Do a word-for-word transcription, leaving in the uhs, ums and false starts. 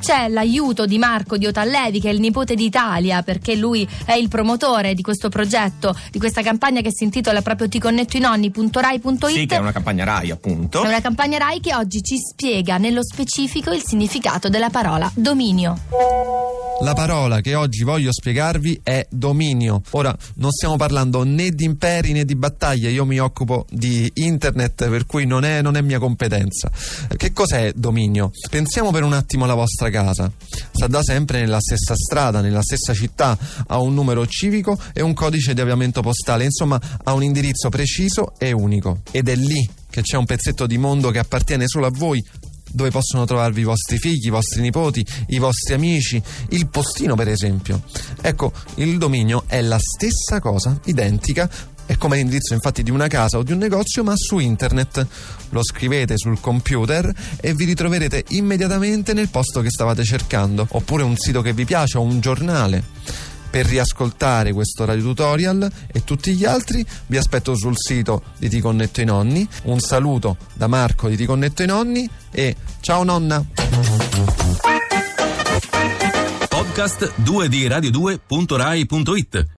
C'è l'aiuto di Marco di Otallevi, che è il nipote d'Italia, perché lui è il promotore di questo progetto, di questa campagna che si intitola proprio ti connetto i nonni punto rai punto it. Sì, che è una campagna Rai, appunto. È una campagna Rai che oggi ci spiega nello specifico il significato della parola dominio. La parola che oggi voglio spiegarvi è dominio. Ora, non stiamo parlando né di imperi né di battaglie, io mi occupo di internet, per cui non è, non è mia competenza. Che cos'è dominio? Pensiamo per un attimo alla vostra casa. Sta da sempre nella stessa strada, nella stessa città, ha un numero civico e un codice di avviamento postale, insomma ha un indirizzo preciso e unico. Ed è lì che c'è un pezzetto di mondo che appartiene solo a voi, dove possono trovarvi i vostri figli, i vostri nipoti, i vostri amici, il postino per esempio. Ecco, il dominio è la stessa cosa, identica, è come l'indirizzo infatti di una casa o di un negozio, ma su internet. Lo scrivete sul computer e vi ritroverete immediatamente nel posto che stavate cercando, oppure un sito che vi piace o un giornale. Per riascoltare questo radio tutorial e tutti gli altri vi aspetto sul sito di Ti Connetto i Nonni. Un saluto da Marco di Ti Connetto i Nonni e ciao nonna! Podcast due di radio due punto rai punto it